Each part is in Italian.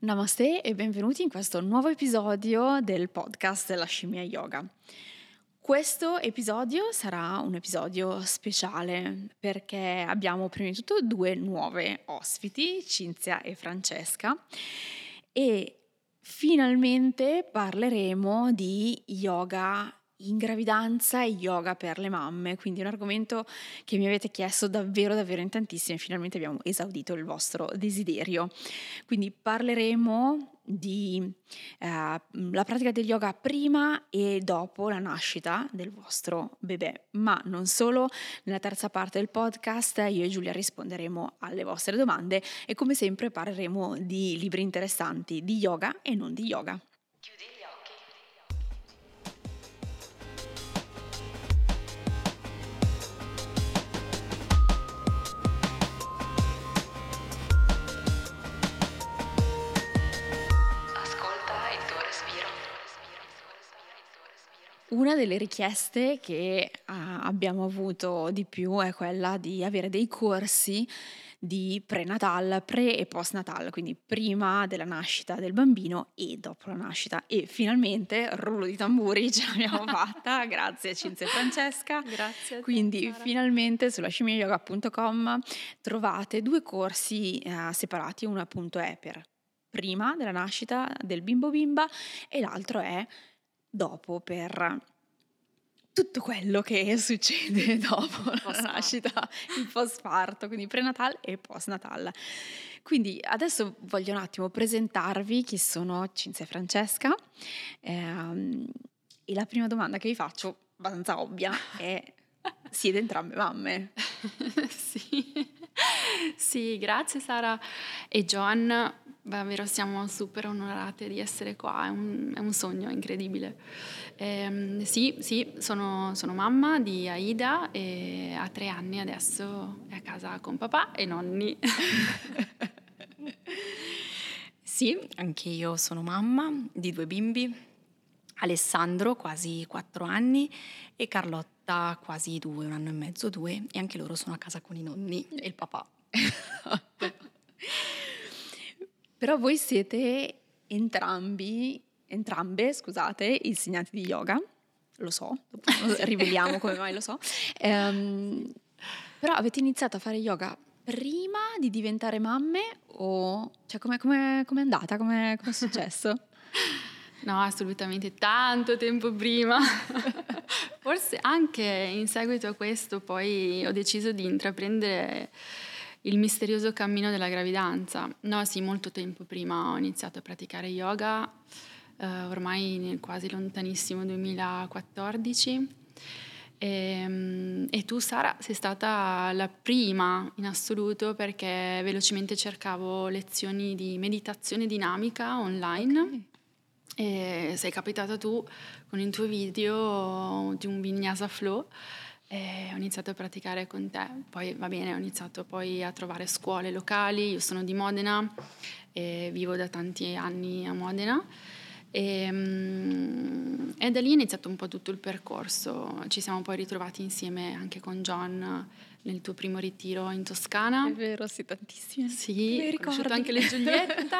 Namaste e benvenuti in questo nuovo episodio del podcast della Scimmia Yoga. Questo episodio sarà un episodio speciale perché abbiamo prima di tutto due nuove ospiti, Cinzia e Francesca, e finalmente parleremo di yoga in gravidanza e yoga per le mamme, quindi un argomento che mi avete chiesto davvero in tantissimi e finalmente abbiamo esaudito il vostro desiderio. Quindi parleremo di la pratica del yoga prima e dopo la nascita del vostro bebè, ma non solo. Nella terza parte del podcast io e Giulia risponderemo alle vostre domande e come sempre parleremo di libri interessanti di yoga e non di yoga. Chiudi gli occhi. Ascolta il tuo respiro. Una delle richieste che abbiamo avuto di più è quella di avere dei corsi di prenatal, pre e postnatal, quindi prima della nascita del bambino e dopo la nascita. E finalmente, rullo di tamburi, ce l'abbiamo fatta, grazie Cinzia e Francesca. Grazie a te, Quindi Sara. finalmente sulla scimmioyoga.com trovate due corsi separati, uno appunto è per prima della nascita del bimbo bimba e l'altro è dopo per tutto quello che succede dopo la nascita, il postparto, quindi prenatal e postnatal. Quindi adesso voglio un attimo presentarvi chi sono Cinzia e Francesca e la prima domanda che vi faccio, abbastanza ovvia, è: siete entrambe mamme? Sì, grazie Sara e Joan, davvero siamo super onorate di essere qua, è un sogno incredibile. Sì, sono mamma di Aida e ha 3 anni adesso, è a casa con papà e nonni. Sì, anche io sono mamma di 2 bimbi, Alessandro quasi 4 anni e Carlotta quasi 2, 1 anno e mezzo, 2, e anche loro sono a casa con i nonni e il papà. Però voi siete entrambe, scusate, insegnanti di yoga, lo so, dopo riveliamo come mai lo so, però avete iniziato a fare yoga prima di diventare mamme o cioè com'è andata, com'è successo? No, assolutamente, tanto tempo prima. Forse anche in seguito a questo poi ho deciso di intraprendere il misterioso cammino della gravidanza. No, sì, molto tempo prima ho iniziato a praticare yoga, ormai nel quasi lontanissimo 2014. E tu, Sara, sei stata la prima in assoluto perché velocemente cercavo lezioni di meditazione dinamica online. Okay. E sei capitata tu con il tuo video di un Vinyasa Flow e ho iniziato a praticare con te. Poi va bene, ho iniziato poi a trovare scuole locali. Io sono di Modena e vivo da tanti anni a Modena e da lì è iniziato un po' tutto il percorso. Ci siamo poi ritrovati insieme anche con John nel tuo primo ritiro in Toscana. È vero, sì, tantissime. Sì, Bei ho conosciuto ricordi. anche le Giulietta.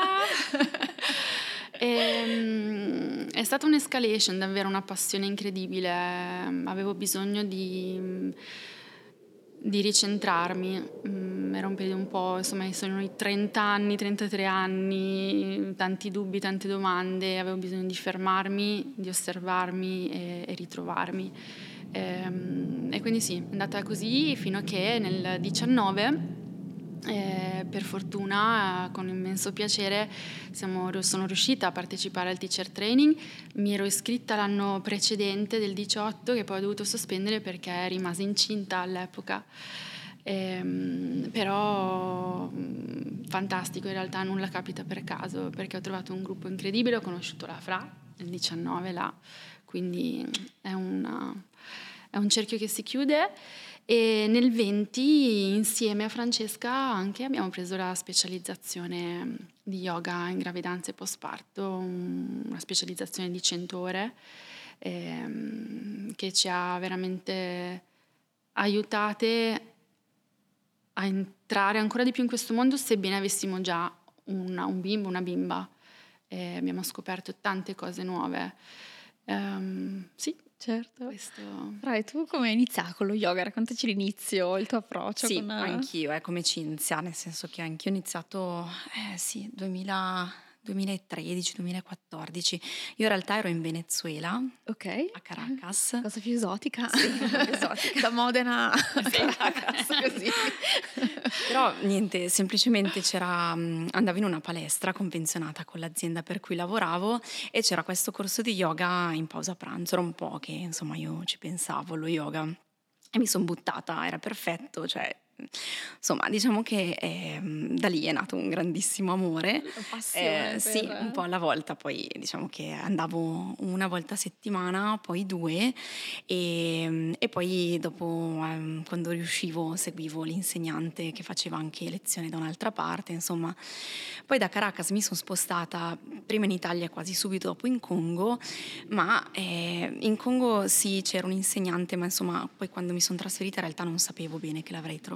È stata un'escalation, davvero una passione incredibile. Avevo bisogno di ricentrarmi. Era un periodo un po', insomma, sono i 30 anni, 33 anni, tanti dubbi, tante domande. Avevo bisogno di fermarmi, di osservarmi e ritrovarmi. E quindi sì, è andata così fino a che nel 19, per fortuna, con immenso piacere, sono riuscita a partecipare al teacher training. Mi ero iscritta l'anno precedente del 18, che poi ho dovuto sospendere perché rimasi incinta all'epoca. Però fantastico, in realtà nulla capita per caso, perché ho trovato un gruppo incredibile, ho conosciuto la Fra nel 19 là, quindi è un cerchio che si chiude. E nel 20 insieme a Francesca anche abbiamo preso la specializzazione di yoga in gravidanza e postparto, una specializzazione di 100 ore che ci ha veramente aiutate a entrare ancora di più in questo mondo, sebbene avessimo già un bimbo, una bimba, e abbiamo scoperto tante cose nuove. Sì, Certo. questo... Rai, tu come hai iniziato con lo yoga? Raccontaci l'inizio, il tuo approccio. Sì, con... anch'io, come Cinzia, nel senso che anch'io ho iniziato, 2013-2014. Io in realtà ero in Venezuela, Ok. a Caracas. Cosa più esotica. Sì, esotica. Da Modena a Sì. Caracas, così. Però niente, semplicemente andavo in una palestra convenzionata con l'azienda per cui lavoravo e c'era questo corso di yoga in pausa pranzo, era un po' che insomma io ci pensavo allo yoga e mi sono buttata, era perfetto, cioè insomma diciamo che da lì è nato un grandissimo amore. La passione Sì, per... un po' alla volta, poi diciamo che andavo una volta a settimana, poi 2 e poi dopo quando riuscivo seguivo l'insegnante che faceva anche lezioni da un'altra parte, insomma. Poi da Caracas mi sono spostata prima in Italia, quasi subito dopo in Congo, ma in Congo sì c'era un insegnante, ma insomma poi quando mi sono trasferita in realtà non sapevo bene che l'avrei trovata.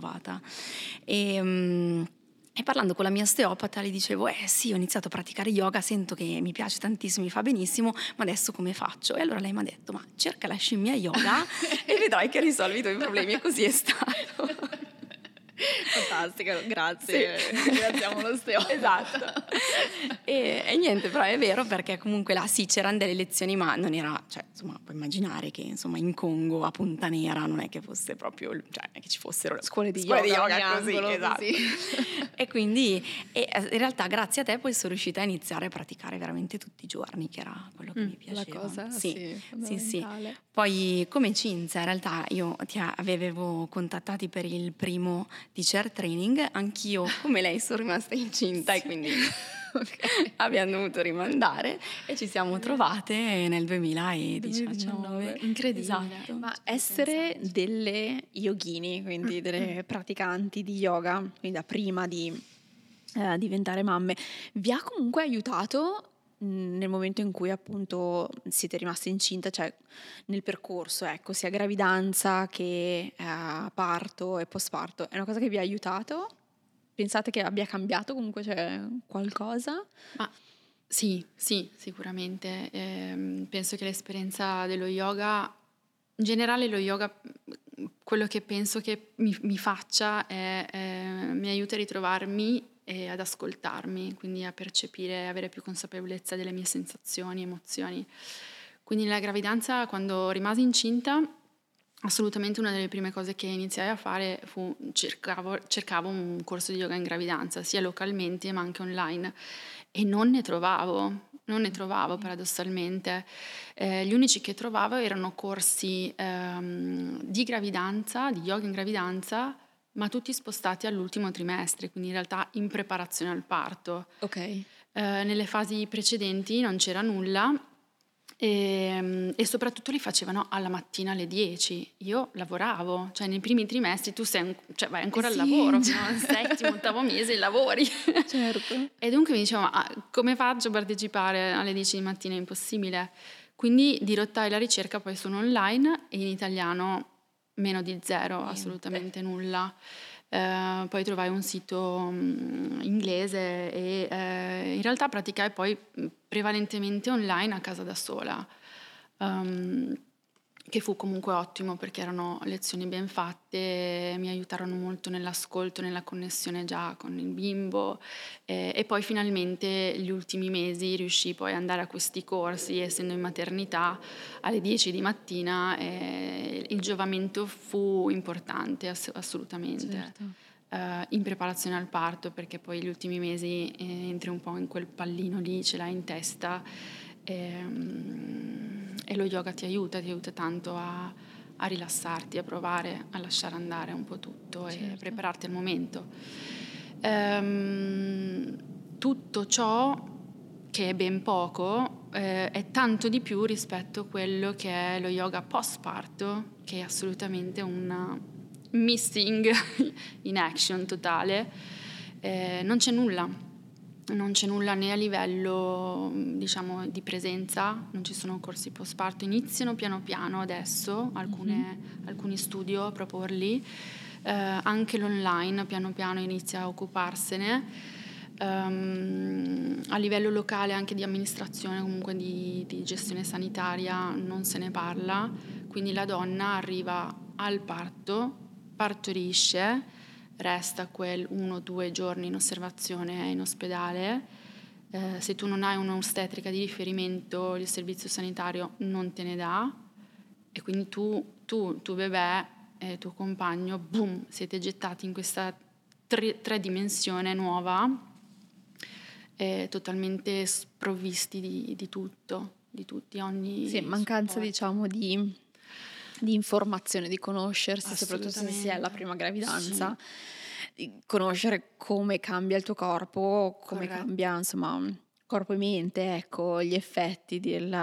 E parlando con la mia osteopata le dicevo sì, ho iniziato a praticare yoga, sento che mi piace tantissimo, mi fa benissimo, ma adesso come faccio? E allora lei mi ha detto ma cerca la scimmia yoga e vedrai che risolvi i tuoi problemi, e così è stato. Fantastico, grazie. Sì. Ringraziamo l'osteopata. Esatto. E niente, però è vero, perché comunque là sì c'erano delle lezioni, ma non era, cioè insomma puoi immaginare che insomma in Congo a Punta Nera non è che fosse proprio, cioè che ci fossero scuole di yoga così, esatto. Così. E quindi in realtà grazie a te poi sono riuscita a iniziare a praticare veramente tutti i giorni, che era quello che mi piaceva. La cosa sì. fondamentale. Poi come Cinzia in realtà io ti avevo contattati per il primo teacher training, anch'io come lei sono rimasta incinta e quindi abbiamo dovuto rimandare e ci siamo trovate nel 2019. Incredibile. Esatto. Ma essere delle yogini, quindi delle praticanti di yoga, quindi da prima di diventare mamme, vi ha comunque aiutato nel momento in cui appunto siete rimaste incinta, cioè nel percorso, ecco, sia gravidanza che parto e postparto, è una cosa che vi ha aiutato? Pensate che abbia cambiato comunque qualcosa? Ma sì, sicuramente. Penso che l'esperienza dello yoga, in generale lo yoga, quello che penso che mi faccia è mi aiuta a ritrovarmi e ad ascoltarmi, quindi a percepire, avere più consapevolezza delle mie sensazioni, emozioni. Quindi nella gravidanza, quando rimasi incinta, assolutamente una delle prime cose che iniziai a fare fu cercavo un corso di yoga in gravidanza, sia localmente ma anche online, e non ne trovavo paradossalmente. Gli unici che trovavo erano corsi di gravidanza, di yoga in gravidanza, ma tutti spostati all'ultimo trimestre, quindi in realtà in preparazione al parto. Ok. Nelle fasi precedenti non c'era nulla e soprattutto li facevano alla mattina alle 10. Io lavoravo, cioè nei primi trimestri tu vai ancora al lavoro, fino al settimo, ottavo mese lavori. Certo. E dunque mi dicevo, ma come faccio a partecipare alle 10 di mattina? È impossibile. Quindi dirottai la ricerca poi su un online e in italiano meno di zero, assolutamente nulla. Poi trovai un sito inglese e in realtà praticai poi prevalentemente online a casa da sola, che fu comunque ottimo perché erano lezioni ben fatte, mi aiutarono molto nell'ascolto, nella connessione già con il bimbo e poi finalmente gli ultimi mesi riuscii poi ad andare a questi corsi, essendo in maternità alle 10 di mattina, il giovamento fu importante assolutamente. Certo. In preparazione al parto, perché poi gli ultimi mesi entri un po' in quel pallino lì, ce l'hai in testa e lo yoga ti aiuta tanto a rilassarti, a provare a lasciare andare un po' tutto e a prepararti al momento. Tutto ciò, che è ben poco, è tanto di più rispetto a quello che è lo yoga post-parto, che è assolutamente un missing in action totale. Non c'è nulla né a livello, diciamo, di presenza, non ci sono corsi post-parto, iniziano piano piano adesso alcuni studio a proporli, anche l'online piano piano inizia a occuparsene. A livello locale, anche di amministrazione, comunque di gestione sanitaria, non se ne parla, quindi la donna arriva al parto, partorisce, resta quel 1 o 2 giorni in osservazione in ospedale. Se tu non hai un'ostetrica di riferimento, il servizio sanitario non te ne dà, e quindi tu bebè e tuo compagno, boom, siete gettati in questa tridimensione nuova, totalmente sprovvisti di tutto, di tutti, ogni Sì, mancanza supporto. diciamo di informazione, di conoscersi, soprattutto se si è la prima gravidanza, di conoscere come cambia il tuo corpo, come Corretto. cambia insomma corpo e mente, ecco, gli effetti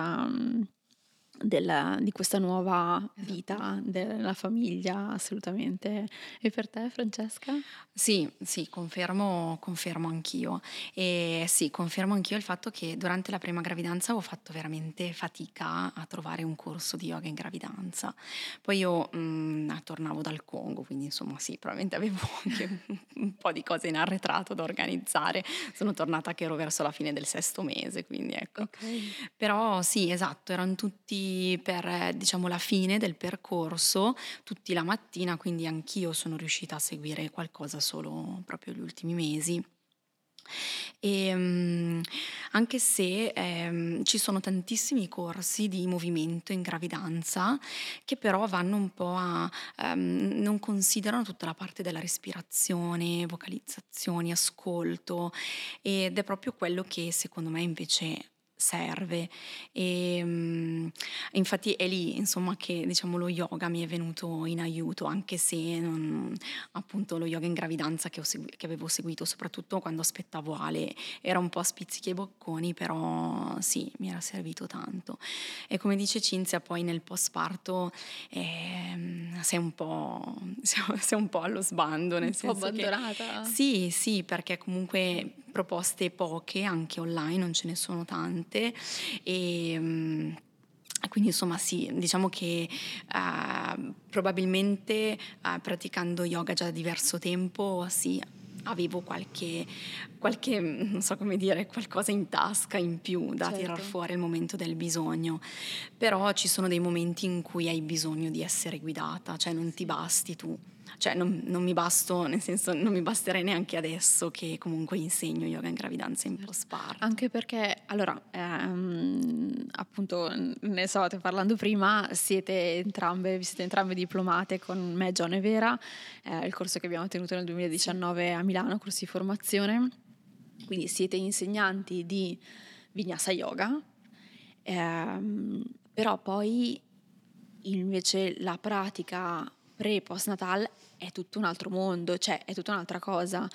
di questa nuova vita della famiglia, assolutamente. E per te, Francesca? Sì, confermo anch'io. E sì, confermo anch'io il fatto che durante la prima gravidanza ho fatto veramente fatica a trovare un corso di yoga in gravidanza. Poi io tornavo dal Congo, quindi insomma sì, probabilmente avevo anche un po' di cose in arretrato da organizzare. Sono tornata che ero verso la fine del 6° mese, quindi ecco. Però sì, esatto, erano tutti per diciamo la fine del percorso, tutti la mattina, quindi anch'io sono riuscita a seguire qualcosa solo proprio gli ultimi mesi. Anche se ci sono tantissimi corsi di movimento in gravidanza che però vanno un po' non considerano tutta la parte della respirazione, vocalizzazioni, ascolto, ed è proprio quello che secondo me invece serve. Infatti è lì insomma che diciamo lo yoga mi è venuto in aiuto, anche se appunto lo yoga in gravidanza che avevo seguito soprattutto quando aspettavo Ale era un po' a spizzichi e bocconi, però sì, mi era servito tanto. E come dice Cinzia, poi nel postparto sei un po' allo sbando, nel Un po' senso che abbandonata? sì, perché comunque proposte poche, anche online non ce ne sono tante, quindi insomma sì, diciamo che probabilmente praticando yoga già da diverso tempo, sì, avevo qualche, non so come dire, qualcosa in tasca in più da tirar Certo. fuori al momento del bisogno, però ci sono dei momenti in cui hai bisogno di essere guidata, cioè non ti basti tu. Cioè non mi basto, nel senso non mi basterei neanche adesso che comunque insegno yoga in gravidanza e in postparto. Anche perché, allora, appunto, ne stavate parlando prima, vi siete entrambe diplomate con me, Giona e Vera, il corso che abbiamo tenuto nel 2019 a Milano, corso di formazione, quindi siete insegnanti di Vinyasa Yoga, però poi invece la pratica pre e post natal è tutto un altro mondo, cioè è tutta un'altra cosa.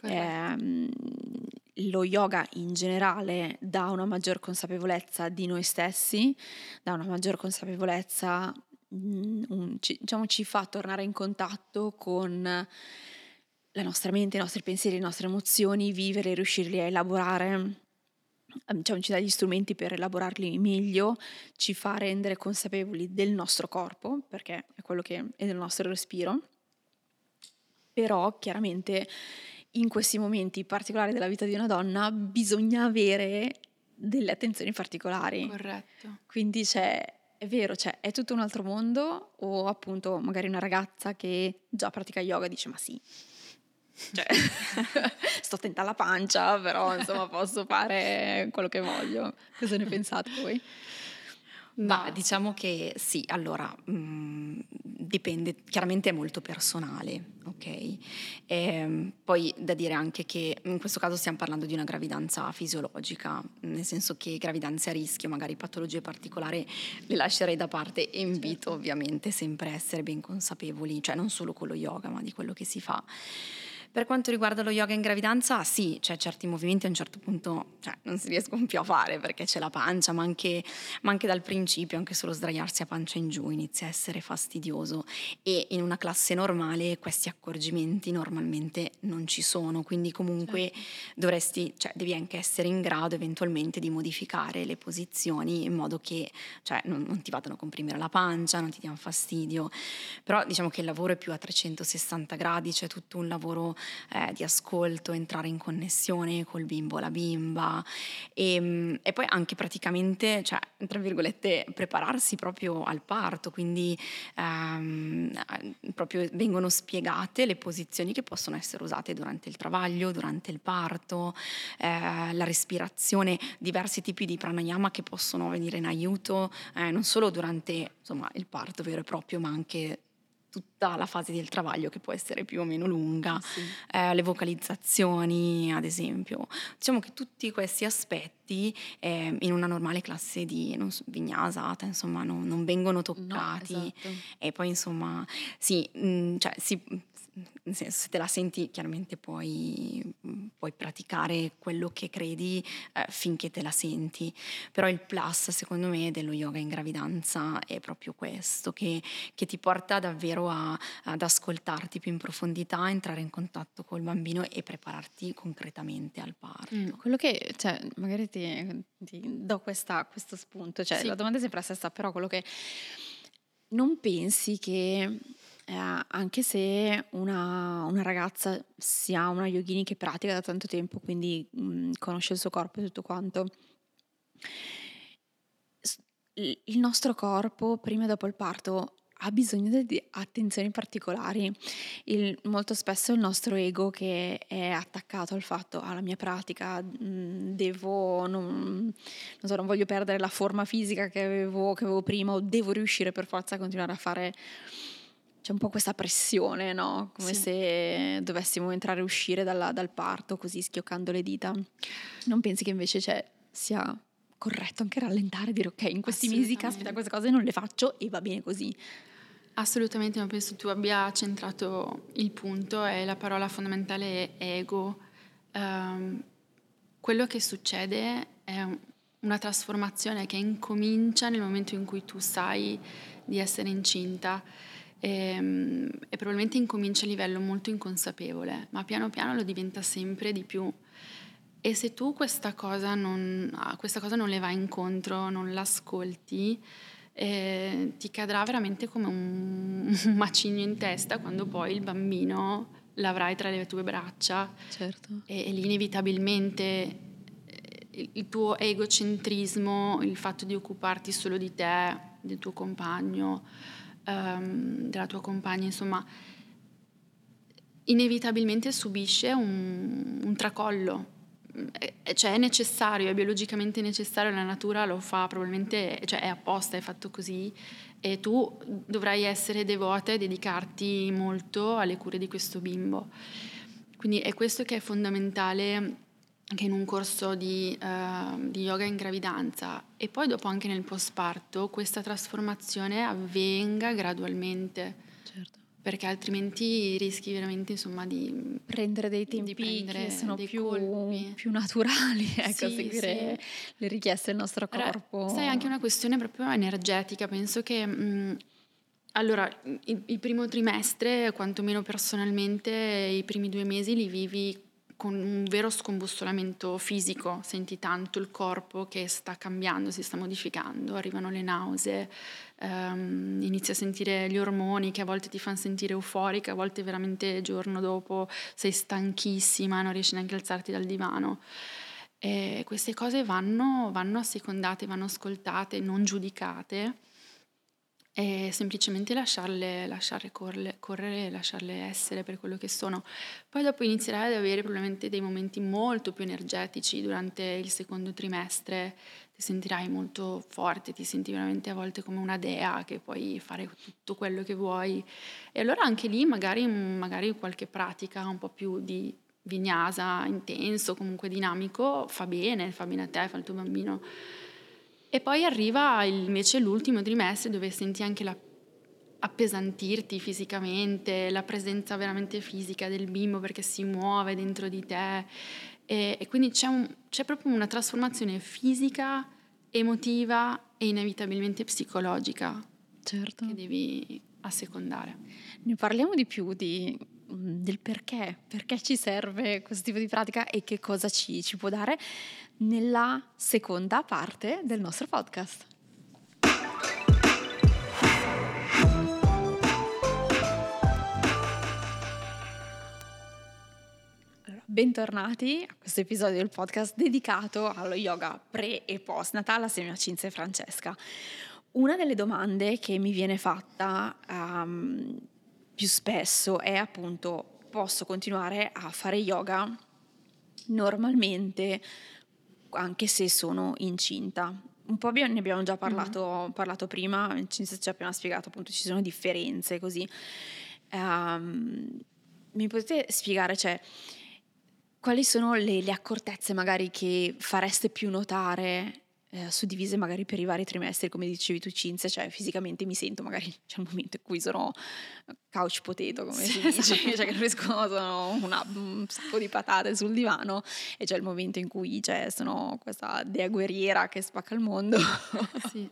Lo yoga in generale dà una maggior consapevolezza di noi stessi, dà una maggior consapevolezza, diciamo ci fa tornare in contatto con la nostra mente, i nostri pensieri, le nostre emozioni, vivere, riuscirli a elaborare. Diciamo, ci dà gli strumenti per elaborarli meglio, ci fa rendere consapevoli del nostro corpo, perché è quello che è del nostro respiro. Però chiaramente in questi momenti particolari della vita di una donna bisogna avere delle attenzioni particolari. Corretto. Quindi è vero, è tutto un altro mondo, o appunto magari una ragazza che già pratica yoga dice ma sì, cioè, sto attenta alla pancia, però insomma posso fare quello che voglio. Cosa ne pensate voi? Ma diciamo che sì, allora dipende, chiaramente è molto personale, ok? Poi da dire anche che in questo caso stiamo parlando di una gravidanza fisiologica, nel senso che gravidanze a rischio, magari patologie particolari, le lascerei da parte e invito ovviamente sempre a essere ben consapevoli, cioè non solo con lo yoga, ma di quello che si fa. Per quanto riguarda lo yoga in gravidanza, sì, cioè certi movimenti a un certo punto non si riescono più a fare perché c'è la pancia, ma anche dal principio, anche solo sdraiarsi a pancia in giù inizia a essere fastidioso, e in una classe normale questi accorgimenti normalmente non ci sono, quindi comunque devi anche essere in grado eventualmente di modificare le posizioni in modo che non ti vadano a comprimere la pancia, non ti diano fastidio. Però diciamo che il lavoro è più a 360 gradi, c'è tutto un lavoro di ascolto, entrare in connessione col bimbo o la bimba e poi anche praticamente, cioè, tra virgolette, prepararsi proprio al parto, quindi proprio vengono spiegate le posizioni che possono essere usate durante il travaglio, durante il parto, la respirazione, diversi tipi di pranayama che possono venire in aiuto non solo durante, insomma, il parto vero e proprio, ma anche tutta la fase del travaglio che può essere più o meno lunga, Sì. le vocalizzazioni ad esempio. Diciamo che tutti questi aspetti in una normale classe di vinyasa, insomma, non vengono toccati. No, esatto. E poi insomma sì, cioè nel senso, se te la senti chiaramente puoi praticare quello che credi finché te la senti, però il plus secondo me dello yoga in gravidanza è proprio questo, che ti porta davvero ad ascoltarti più in profondità, entrare in contatto col bambino e prepararti concretamente al parto. Quello che, cioè, magari ti do questo spunto, cioè Sì. la domanda è sempre la stessa, però quello che non pensi che anche se una ragazza sia una yogini che pratica da tanto tempo, quindi conosce il suo corpo e tutto quanto, il nostro corpo prima e dopo il parto ha bisogno di attenzioni particolari. Molto spesso il nostro ego che è attaccato al fatto, alla mia pratica, non voglio perdere la forma fisica che avevo prima, o devo riuscire per forza a continuare a fare. C'è un po' questa pressione, no? Come Sì. se dovessimo entrare e uscire dal parto così schioccando le dita. Non pensi che invece sia corretto anche rallentare e dire ok, in questi mesi caspita queste cose non le faccio e va bene così? Assolutamente, ma penso tu abbia centrato il punto e la parola fondamentale è ego. Quello che succede è una trasformazione che incomincia nel momento in cui tu sai di essere incinta e probabilmente incomincia a livello molto inconsapevole, ma piano piano lo diventa sempre di più. E se tu questa cosa non le vai incontro, non l'ascolti, ti cadrà veramente come un macigno in testa quando poi il bambino l'avrai tra le tue braccia. Certo. E lì inevitabilmente il tuo egocentrismo, il fatto di occuparti solo di te, del tuo compagno, della tua compagna, insomma, inevitabilmente subisce un tracollo. Cioè è necessario, è biologicamente necessario, la natura lo fa probabilmente, cioè è apposta, è fatto così e tu dovrai essere devota e dedicarti molto alle cure di questo bimbo. Quindi è questo che è fondamentale che in un corso di yoga in gravidanza e poi dopo anche nel postparto questa trasformazione avvenga gradualmente. Certo. Perché altrimenti rischi veramente, insomma, di prendere dei tempi che sono più naturali, ecco, sì, seguire le richieste del nostro corpo. Sai, anche una questione proprio energetica. Penso che allora il primo trimestre, quantomeno personalmente, i primi 2 mesi li vivi con un vero scombussolamento fisico, senti tanto il corpo che sta cambiando, si sta modificando, arrivano le nausee, inizi a sentire gli ormoni che a volte ti fanno sentire euforica, a volte veramente il giorno dopo sei stanchissima, non riesci neanche a alzarti dal divano. E queste cose vanno assecondate, vanno ascoltate, non giudicate e semplicemente lasciarle correre e lasciarle essere per quello che sono. Poi dopo inizierai ad avere probabilmente dei momenti molto più energetici durante il secondo trimestre, ti sentirai molto forte, ti senti veramente a volte come una dea che puoi fare tutto quello che vuoi e allora anche lì magari qualche pratica un po' più di vinyasa intenso, comunque dinamico, fa bene a te, fa il tuo bambino. E poi arriva invece l'ultimo trimestre dove senti anche appesantirti fisicamente, la presenza veramente fisica del bimbo perché si muove dentro di te e quindi c'è proprio una trasformazione fisica, emotiva e inevitabilmente psicologica. Certo. Che devi assecondare. Ne parliamo di più del perché ci serve questo tipo di pratica e che cosa ci può dare nella seconda parte del nostro podcast. bentornati a questo episodio del podcast dedicato allo yoga pre e post Natale assieme a Cinzia e Francesca. Una delle domande che mi viene fatta più spesso è appunto: posso continuare a fare yoga normalmente anche se sono incinta? Un po' ne abbiamo già parlato prima, Cinzia ci ha appena spiegato appunto ci sono differenze così. Mi potete spiegare, cioè, quali sono le accortezze magari che fareste più notare, suddivise magari per i vari trimestri, come dicevi tu Cinzia, cioè fisicamente mi sento, magari c'è il momento in cui sono couch potato, come si dice, cioè che non riesco, sono un sacco di patate sul divano, e c'è il momento in cui sono questa dea guerriera che spacca il mondo. Sì.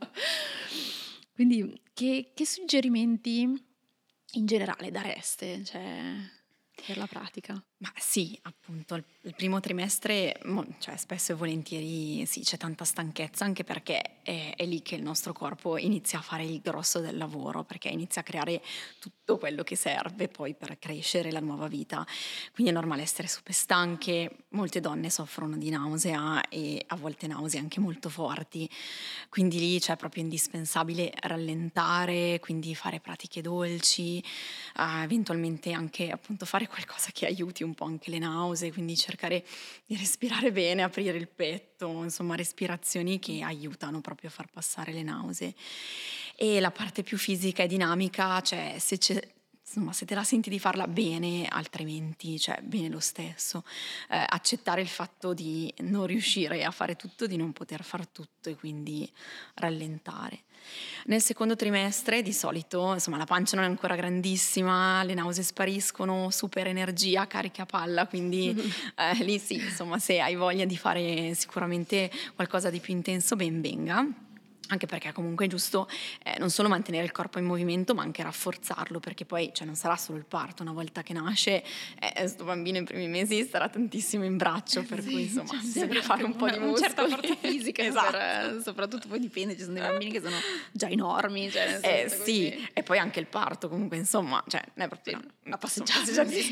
Quindi che suggerimenti in generale dareste, cioè, per la pratica? Ma sì, appunto, il primo trimestre, cioè spesso e volentieri sì, c'è tanta stanchezza, anche perché è lì che il nostro corpo inizia a fare il grosso del lavoro, perché inizia a creare tutto quello che serve poi per crescere la nuova vita. Quindi è normale essere super stanche, molte donne soffrono di nausea e a volte nausea anche molto forti, quindi lì c'è proprio indispensabile rallentare, quindi fare pratiche dolci, eventualmente anche appunto fare qualcosa che aiuti un po' anche le nausee, quindi cercare di respirare bene, aprire il petto, insomma respirazioni che aiutano proprio a far passare le nausee. E la parte più fisica e dinamica, cioè se te la senti di farla bene, altrimenti cioè bene lo stesso. Accettare il fatto di non riuscire a fare tutto, di non poter far tutto, e quindi rallentare. Nel secondo trimestre di solito, insomma, la pancia non è ancora grandissima, le nausee spariscono, super energia, carica a palla, quindi lì sì, insomma, se hai voglia di fare sicuramente qualcosa di più intenso, ben venga. Anche perché comunque è giusto non solo mantenere il corpo in movimento, ma anche rafforzarlo, perché poi non sarà solo il parto. Una volta che nasce, sto bambino in primi mesi starà tantissimo in braccio, per cui insomma si deve fare un po' di muscoli. Una certa forza fisica, esatto. Soprattutto poi dipende, ci sono dei bambini che sono già enormi. Cioè, nel senso, sì, così. E poi anche il parto comunque insomma, non è proprio una passeggiata.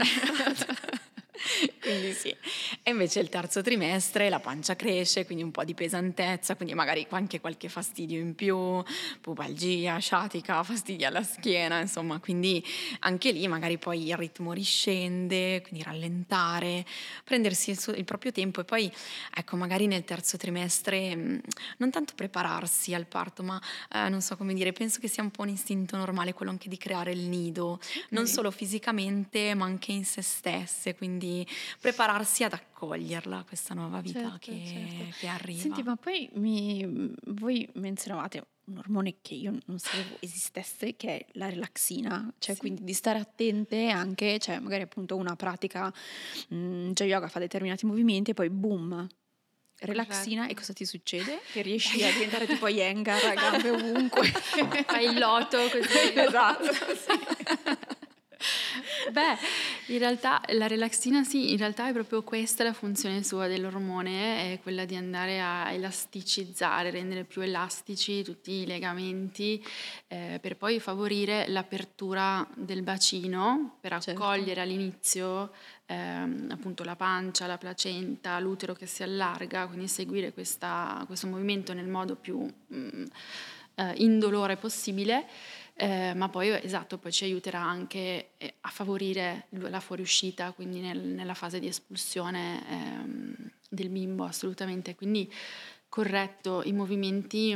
Quindi sì. E invece il terzo trimestre la pancia cresce, quindi un po' di pesantezza, quindi magari anche qualche fastidio in più, pubalgia, sciatica, fastidi alla schiena, insomma, quindi anche lì magari poi il ritmo riscende, quindi rallentare, prendersi il proprio tempo. E poi ecco, magari nel terzo trimestre non tanto prepararsi al parto, ma non so come dire, penso che sia un po' un istinto normale quello anche di creare il nido, non solo fisicamente ma anche in se stesse, quindi prepararsi ad accoglierla, questa nuova vita che arriva. Senti, ma poi voi menzionavate un ormone che io non sapevo esistesse, che è la relaxina, cioè quindi di stare attente anche, cioè magari appunto una pratica, già yoga fa determinati movimenti e poi boom, relaxina. E cosa ti succede? Che riesci a diventare tipo Iyengar, a gambe ovunque. Fai il loto così. Esatto, sì. Beh, in realtà la relaxina sì, in realtà è proprio questa la funzione sua dell'ormone, è quella di andare a elasticizzare, rendere più elastici tutti i legamenti, per poi favorire l'apertura del bacino, per accogliere all'inizio appunto la pancia, la placenta, l'utero che si allarga, quindi seguire questo movimento nel modo più indolore possibile. Ma poi esatto, poi ci aiuterà anche a favorire la fuoriuscita, quindi nella fase di espulsione del bimbo, assolutamente. Quindi corretto, i movimenti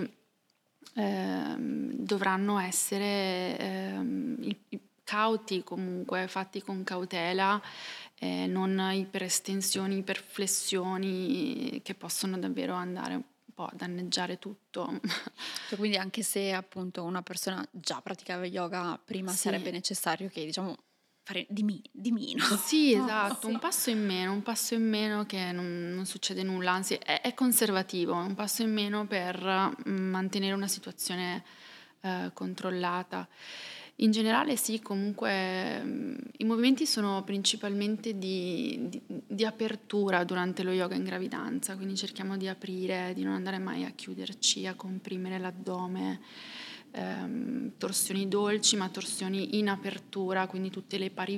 dovranno essere cauti, comunque fatti con cautela, non iperestensioni, iperflessioni che possono davvero andare un po' a danneggiare tutto. Cioè, quindi anche se appunto una persona già praticava yoga prima, sarebbe necessario che fare di meno. Sì, esatto, un passo in meno che non succede nulla, anzi è conservativo, un passo in meno per mantenere una situazione controllata. In generale sì, comunque i movimenti sono principalmente di apertura durante lo yoga in gravidanza, quindi cerchiamo di aprire, di non andare mai a chiuderci, a comprimere l'addome, torsioni dolci ma torsioni in apertura, quindi tutte le parivritte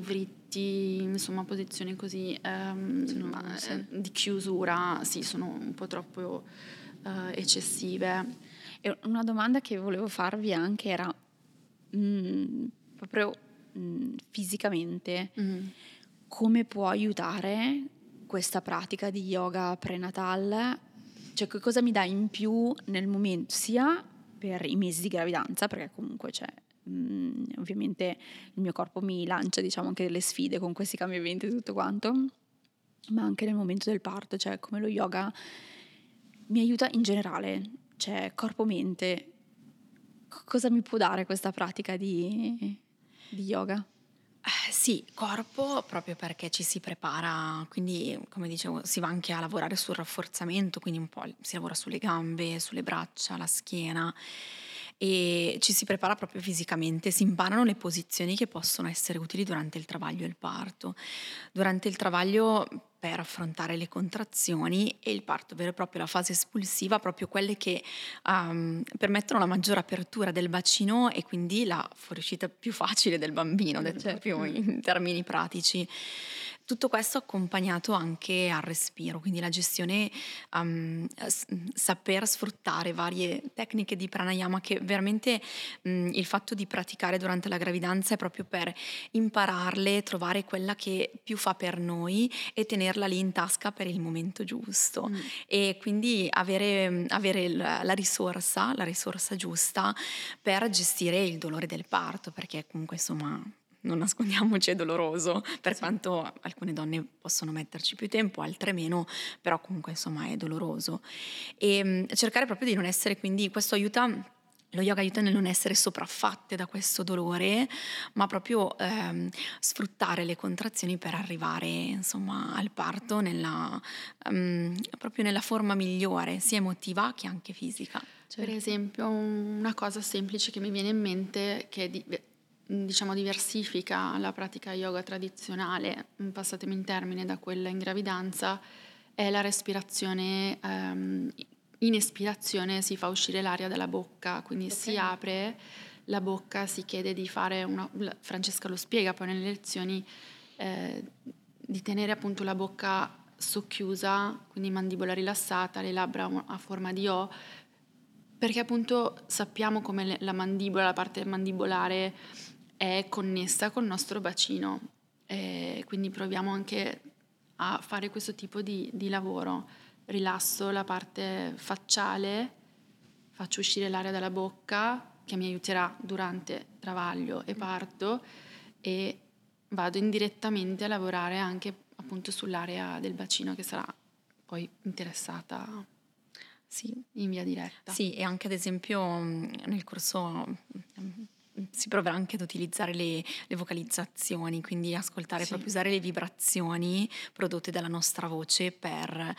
letti, insomma posizioni così di chiusura, sì, sono un po' troppo eccessive. E una domanda che volevo farvi anche era proprio fisicamente, come può aiutare questa pratica di yoga prenatal? Cioè, che cosa mi dà in più nel momento, sia per i mesi di gravidanza, perché comunque ovviamente il mio corpo mi lancia, diciamo, anche delle sfide con questi cambiamenti e tutto quanto, ma anche nel momento del parto, cioè come lo yoga mi aiuta in generale, cioè corpo-mente. Cosa mi può dare questa pratica di yoga? Sì, corpo proprio perché ci si prepara, quindi come dicevo si va anche a lavorare sul rafforzamento, quindi un po' si lavora sulle gambe, sulle braccia, la schiena e ci si prepara proprio fisicamente, si imparano le posizioni che possono essere utili durante il travaglio e il parto. Durante il travaglio per affrontare le contrazioni e il parto vero e proprio, la fase espulsiva, proprio quelle che permettono la maggiore apertura del bacino e quindi la fuoriuscita più facile del bambino, detto proprio in termini pratici. Tutto questo accompagnato anche al respiro, quindi la gestione, saper sfruttare varie tecniche di pranayama che veramente il fatto di praticare durante la gravidanza è proprio per impararle, trovare quella che più fa per noi e tenerla lì in tasca per il momento giusto e quindi avere la risorsa giusta per gestire il dolore del parto, perché comunque insomma non nascondiamoci, è doloroso, per quanto alcune donne possono metterci più tempo, altre meno, però comunque insomma è doloroso. E cercare proprio di non essere, quindi questo aiuta, lo yoga aiuta nel non essere sopraffatte da questo dolore, ma proprio sfruttare le contrazioni per arrivare insomma al parto proprio nella forma migliore, sia emotiva che anche fisica. Per esempio, una cosa semplice che mi viene in mente, che diciamo diversifica la pratica yoga tradizionale, passatemi in termine, da quella in gravidanza, è la respirazione. In espirazione si fa uscire l'aria dalla bocca, quindi si apre la bocca, si chiede di fare Francesca lo spiega poi nelle lezioni, di tenere appunto la bocca socchiusa, quindi mandibola rilassata, le labbra a forma di O, perché appunto sappiamo come la mandibola, la parte mandibolare è connessa col nostro bacino, quindi proviamo anche a fare questo tipo di lavoro. Rilasso la parte facciale, faccio uscire l'aria dalla bocca che mi aiuterà durante travaglio e parto e vado indirettamente a lavorare anche appunto sull'area del bacino che sarà poi interessata in via diretta. Sì, e anche ad esempio nel corso si proverà anche ad utilizzare le vocalizzazioni, quindi ascoltare, proprio usare le vibrazioni prodotte dalla nostra voce per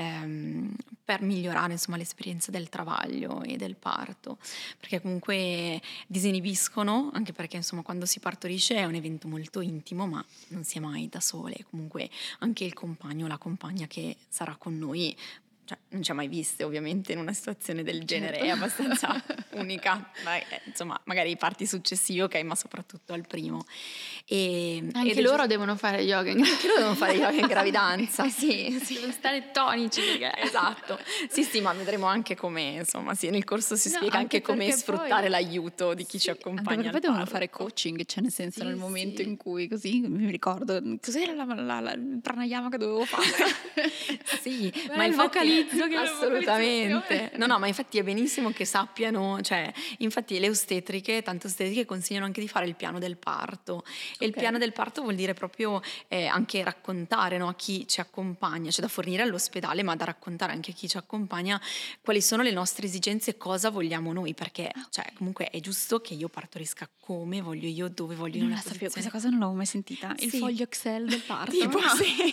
migliorare insomma l'esperienza del travaglio e del parto, perché comunque disinibiscono, anche perché insomma quando si partorisce è un evento molto intimo, ma non si è mai da sole, comunque anche il compagno o la compagna che sarà con noi, cioè, non ci ha mai viste ovviamente in una situazione del genere, è abbastanza unica, ma, insomma magari i parti successivi, ok, ma soprattutto al primo. Anche loro devono fare yoga in gravidanza, sì. Devono stare tonici. Esatto, sì, ma vedremo anche come, insomma, sì, nel corso si spiega anche come sfruttare poi l'aiuto di chi ci accompagna. Anche perché poi devono fare coaching, cioè nel senso nel momento in cui, così mi ricordo, cos'era il pranayama che dovevo fare? Sì, ma infatti assolutamente. No, ma infatti è benissimo che sappiano, cioè, infatti le ostetriche, tante ostetriche consigliano anche di fare il piano del parto. E il piano del parto vuol dire proprio anche raccontare, no, a chi ci accompagna, cioè da fornire all'ospedale, ma da raccontare anche a chi ci accompagna quali sono le nostre esigenze e cosa vogliamo noi, perché cioè, comunque è giusto che io partorisca come voglio io, dove voglio io. Non la sapevo, questa cosa non l'avevo mai sentita. Il foglio Excel del parto. Tipo, sì.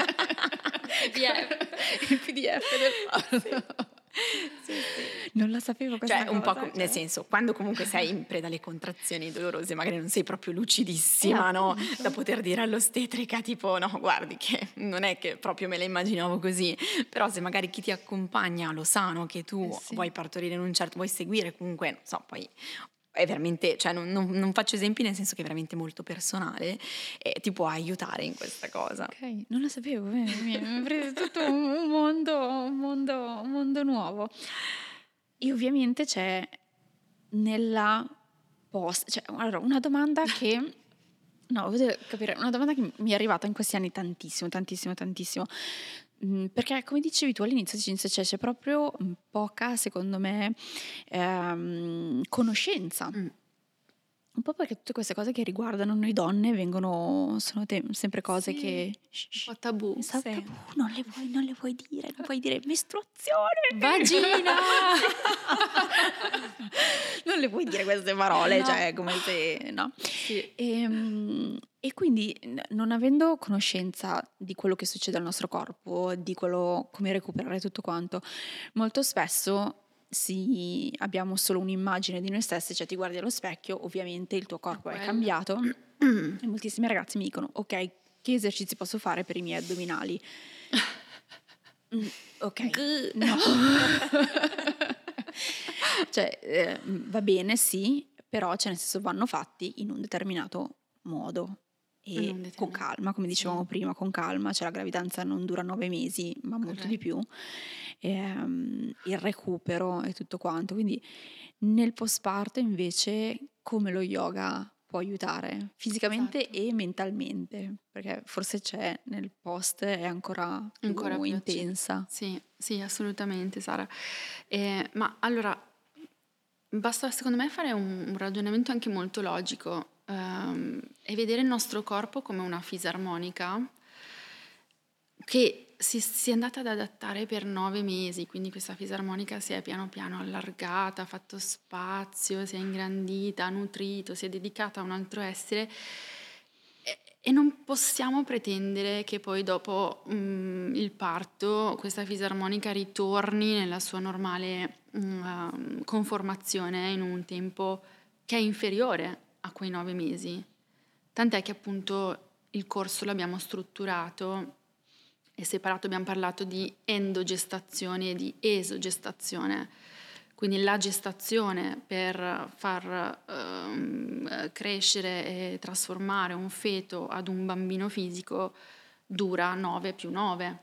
Il PDF del parto. Sì. Non la sapevo questa cosa. Un po' nel senso, quando comunque sei in preda alle contrazioni dolorose, magari non sei proprio lucidissima, no? Da poter dire all'ostetrica tipo no, guardi che non è che proprio me la immaginavo così, però se magari chi ti accompagna lo sa, no? Che tu vuoi partorire in un certo, vuoi seguire comunque, non so, poi è veramente, cioè non faccio esempi, nel senso che è veramente molto personale e ti può aiutare in questa cosa. Ok, non lo sapevo, mi è preso tutto un mondo nuovo. E ovviamente c'è nella cioè, allora, una domanda che, no, volete capire, una domanda che mi è arrivata in questi anni tantissimo, tantissimo, tantissimo. Perché come dicevi tu all'inizio, Cinzia, c'è proprio poca, secondo me, conoscenza. Un po' perché tutte queste cose che riguardano noi donne sono sempre cose Sì, che un po' tabù. tabù, non le puoi dire, non puoi dire mestruazione, Vagina! non le puoi dire queste parole, No. cioè come se, no? Sì. E quindi non avendo conoscenza di quello che succede al nostro corpo, di quello come recuperare tutto quanto, molto spesso abbiamo solo un'immagine di noi stesse, cioè ti guardi allo specchio, ovviamente il tuo corpo è quello. cambiato e moltissimi ragazzi mi dicono ok, che esercizi posso fare per i miei addominali? Ok, no. Cioè va bene, sì, però cioè, nel senso vanno fatti in un determinato modo e con calma, come dicevamo prima, con calma, cioè la gravidanza non dura 9 mesi, ma molto di più, il recupero e tutto quanto. Quindi nel postparto invece come lo yoga può aiutare fisicamente e mentalmente, perché forse c'è nel post è ancora più intensa. Sì, sì, assolutamente, Sara. Ma allora, basta secondo me fare un ragionamento anche molto logico e vedere il nostro corpo come una fisarmonica che si è andata ad adattare per 9 mesi, quindi questa fisarmonica si è piano piano allargata, ha fatto spazio, si è ingrandita, ha nutrito, si è dedicata a un altro essere e non possiamo pretendere che poi dopo il parto questa fisarmonica ritorni nella sua normale conformazione in un tempo che è inferiore a quei 9 mesi. Tant'è che appunto il corso l'abbiamo strutturato e separato, abbiamo parlato di endogestazione e di esogestazione. Quindi la gestazione per far crescere e trasformare un feto ad un bambino fisico dura 9 più 9.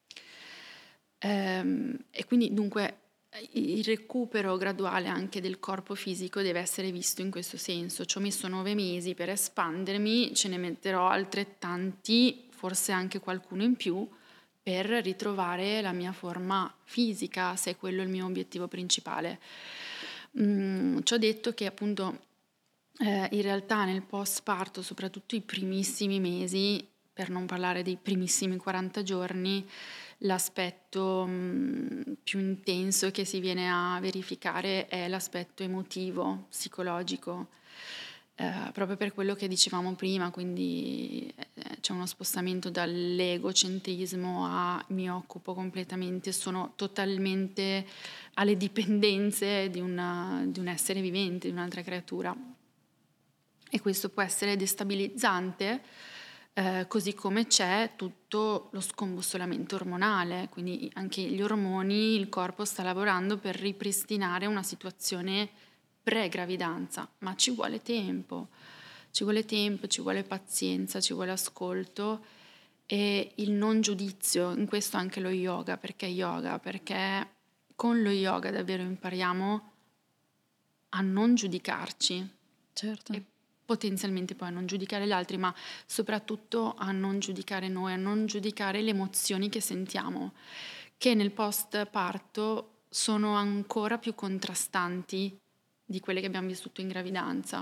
E quindi dunque il recupero graduale anche del corpo fisico deve essere visto in questo senso. Ci ho messo 9 mesi per espandermi, ce ne metterò altrettanti, forse anche qualcuno in più, per ritrovare la mia forma fisica, se è quello il mio obiettivo principale. Ci ho detto che appunto in realtà nel post-parto, soprattutto i primissimi mesi, per non parlare dei primissimi 40 giorni, l'aspetto più intenso che si viene a verificare è l'aspetto emotivo, psicologico. Proprio per quello che dicevamo prima, quindi c'è uno spostamento dall'egocentrismo a mi occupo completamente, sono totalmente alle dipendenze di un essere vivente, di un'altra creatura. E questo può essere destabilizzante, così come c'è tutto lo scombussolamento ormonale, quindi anche gli ormoni, il corpo sta lavorando per ripristinare una situazione pre-gravidanza, ma ci vuole tempo, ci vuole pazienza, ci vuole ascolto e il non giudizio, in questo anche lo yoga, perché con lo yoga davvero impariamo a non giudicarci. Certo. E potenzialmente poi a non giudicare gli altri, ma soprattutto a non giudicare noi, a non giudicare le emozioni che sentiamo, che nel post-parto sono ancora più contrastanti di quelle che abbiamo vissuto in gravidanza.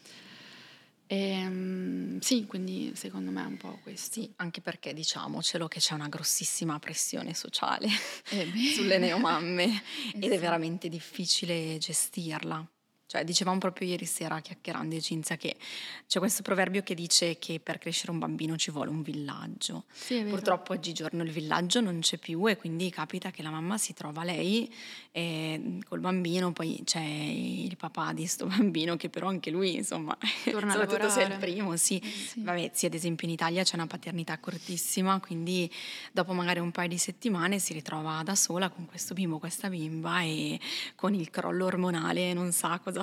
Sì, quindi secondo me è un po' questo. Sì, anche perché diciamocelo che c'è una grossissima pressione sociale sulle neomamme ed è veramente difficile gestirla. Cioè, dicevamo proprio ieri sera chiacchierando, Cinzia, che c'è questo proverbio che dice che per crescere un bambino ci vuole un villaggio. Sì, è vero. Purtroppo oggigiorno il villaggio non c'è più e quindi capita che la mamma si trova lei col bambino, poi c'è il papà di sto bambino che però anche lui, insomma, torna a soprattutto se è il lavorare. primo, sì. Vabbè, sì, ad esempio in Italia c'è una paternità cortissima, quindi dopo magari un paio di settimane si ritrova da sola con questo bimbo, questa bimba e con il crollo ormonale non sa cosa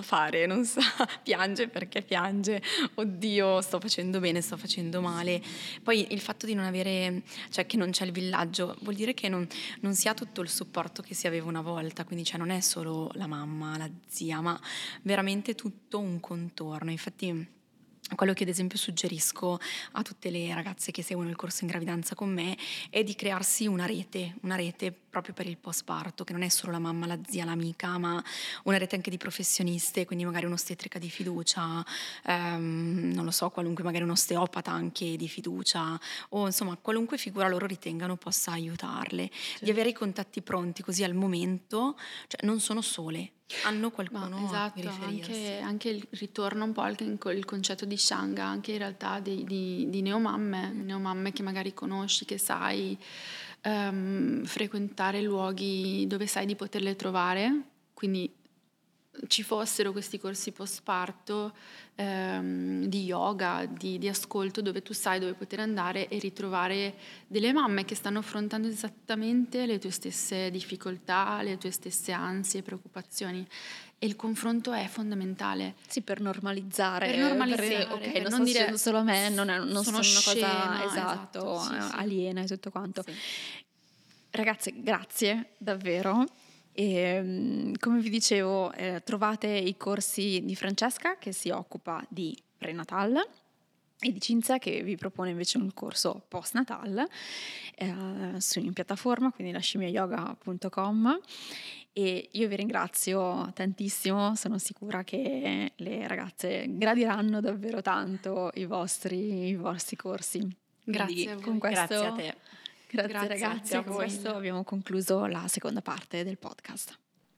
da fare, non sa, piange perché piange, oddio, sto facendo bene, sto facendo male. Poi il fatto di non avere, cioè che non c'è il villaggio, vuol dire che non si ha tutto il supporto che si aveva una volta, quindi cioè non è solo la mamma, la zia, ma veramente tutto un contorno. Infatti quello che ad esempio suggerisco a tutte le ragazze che seguono il corso in gravidanza con me è di crearsi una rete proprio per il postparto, che non è solo la mamma, la zia, l'amica, ma una rete anche di professioniste, quindi magari un'ostetrica di fiducia, non lo so, qualunque, magari un osteopata anche di fiducia, o insomma qualunque figura loro ritengano possa aiutarle, di avere i contatti pronti così al momento, cioè non sono sole, hanno qualcuno a cui esatto, riferirsi. anche il ritorno un po' al il concetto di Shanga, anche in realtà di neomamme che magari conosci, che sai, frequentare luoghi dove sai di poterle trovare, quindi ci fossero questi corsi postparto di yoga, di ascolto, dove tu sai dove poter andare e ritrovare delle mamme che stanno affrontando esattamente le tue stesse difficoltà, le tue stesse ansie, preoccupazioni. E il confronto è fondamentale. Sì, per normalizzare. Per normalizzare, Ok, per non non sto dire succedendo solo a me, non sono sono una cosa, scema, esatto, sì, sì. aliena e tutto quanto. Sì. Ragazze, grazie davvero. E, come vi dicevo, trovate i corsi di Francesca che si occupa di prenatal e di Cinzia che vi propone invece un corso postnatal in piattaforma, quindi lascimiayoga.com. E io vi ringrazio tantissimo, sono sicura che le ragazze gradiranno davvero tanto i vostri corsi. Grazie Quindi, a voi. con questo, Grazie a te. grazie ragazzi, a con voi. questo abbiamo concluso la seconda parte del podcast.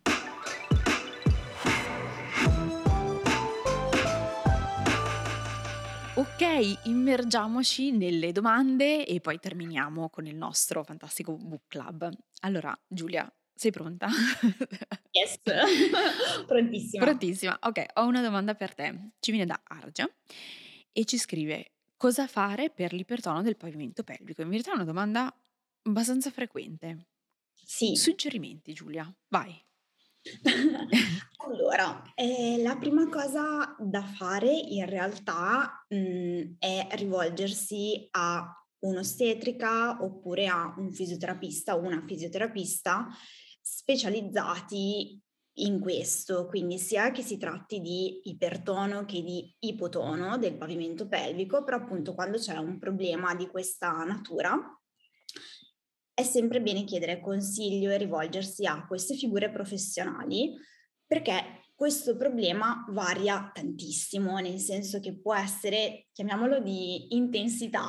Ok, immergiamoci nelle domande e poi terminiamo con il nostro fantastico book club. Allora, Giulia, sei pronta? Yes, prontissima. Prontissima. Ok, ho una domanda per te. Ci viene da Argia e ci scrive: cosa fare per l'ipertono del pavimento pelvico? In verità è una domanda abbastanza frequente. Sì. Suggerimenti, Giulia, vai. Allora, la prima cosa da fare in realtà è rivolgersi a un'ostetrica oppure a un fisioterapista o una fisioterapista specializzati in questo, quindi sia che si tratti di ipertono che di ipotono del pavimento pelvico, però appunto quando c'è un problema di questa natura è sempre bene chiedere consiglio e rivolgersi a queste figure professionali perché questo problema varia tantissimo, nel senso che può essere, chiamiamolo di intensità,